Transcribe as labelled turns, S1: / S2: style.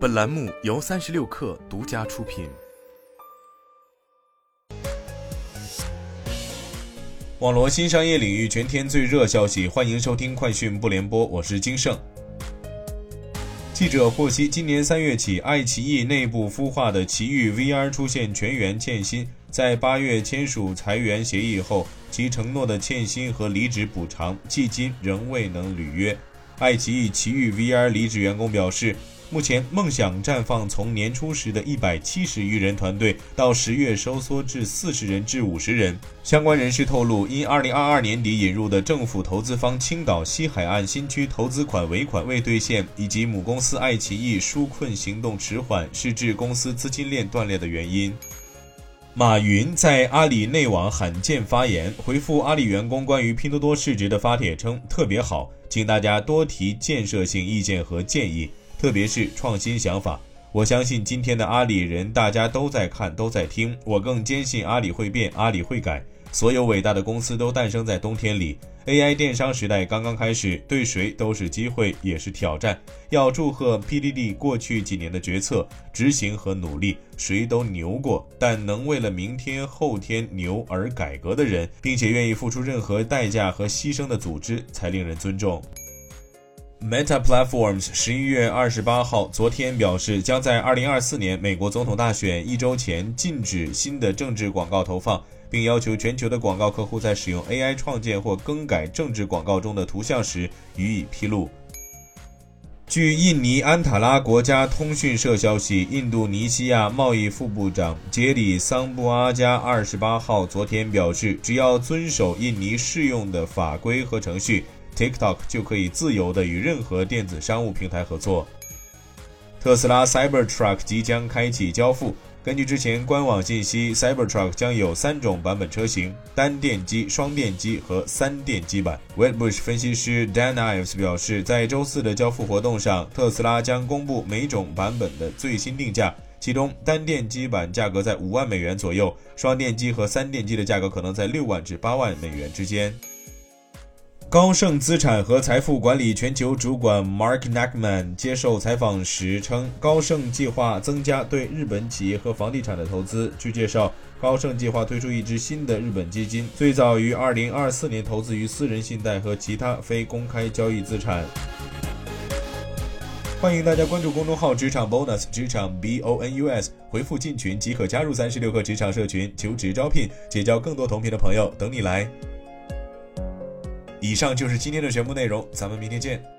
S1: 本栏目由36氪独家出品。
S2: 网罗新商业领域全天最热消息，欢迎收听快讯不联播，我是金盛。记者获悉，今年3月起，爱奇艺内部孵化的奇遇 VR 出现全员欠薪，在8月签署裁员协议后，其承诺的欠薪和离职补偿迄今仍未能履约。爱奇艺奇遇 VR 离职员工表示，目前梦想绽放从年初时的170余人团队到10月收缩至40人至50人。相关人士透露，因2022年底引入的政府投资方青岛西海岸新区投资款尾款未兑现，以及母公司爱奇艺纾困行动迟缓，是致公司资金链断裂的原因。马云在阿里内网罕见发言，回复阿里员工关于拼多多市值的发帖称，特别好，请大家多提建设性意见和建议，特别是创新想法。我相信今天的阿里人大家都在看，都在听，我更坚信阿里会变，阿里会改。所有伟大的公司都诞生在冬天里， AI 电商时代刚刚开始，对谁都是机会也是挑战。要祝贺 PDD 过去几年的决策、执行和努力，谁都牛过，但能为了明天后天牛而改革的人，并且愿意付出任何代价和牺牲的组织才令人尊重。Meta Platforms 11月28号昨天表示，将在2024年美国总统大选1周前禁止新的政治广告投放，并要求全球的广告客户在使用 AI 创建或更改政治广告中的图像时予以披露。据印尼安塔拉国家通讯社消息，印度尼西亚贸易副部长杰里桑布阿加28号昨天表示，只要遵守印尼适用的法规和程序， TikTok 就可以自由地与任何电子商务平台合作。特斯拉 Cybertruck 即将开启交付。根据之前官网信息， Cybertruck 将有3种版本车型，单电机、双电机和3电机版。Wedbush 分析师 Dan Ives 表示，在周四的交付活动上，特斯拉将公布每种版本的最新定价，其中单电机版价格在5万美元左右，双电机和3电机的价格可能在6万至8万美元之间。高盛资产和财富管理全球主管 Mark Nachman 接受采访时称，高盛计划增加对日本企业和房地产的投资。据介绍，高盛计划推出一支新的日本基金，最早于2024年投资于私人信贷和其他非公开交易资产。欢迎大家关注公众号职场 bonus 职场 BONUS， 回复进群即可加入36氪职场社群，求职招聘，结交更多同频的朋友，等你来。以上就是今天的全部内容，咱们明天见。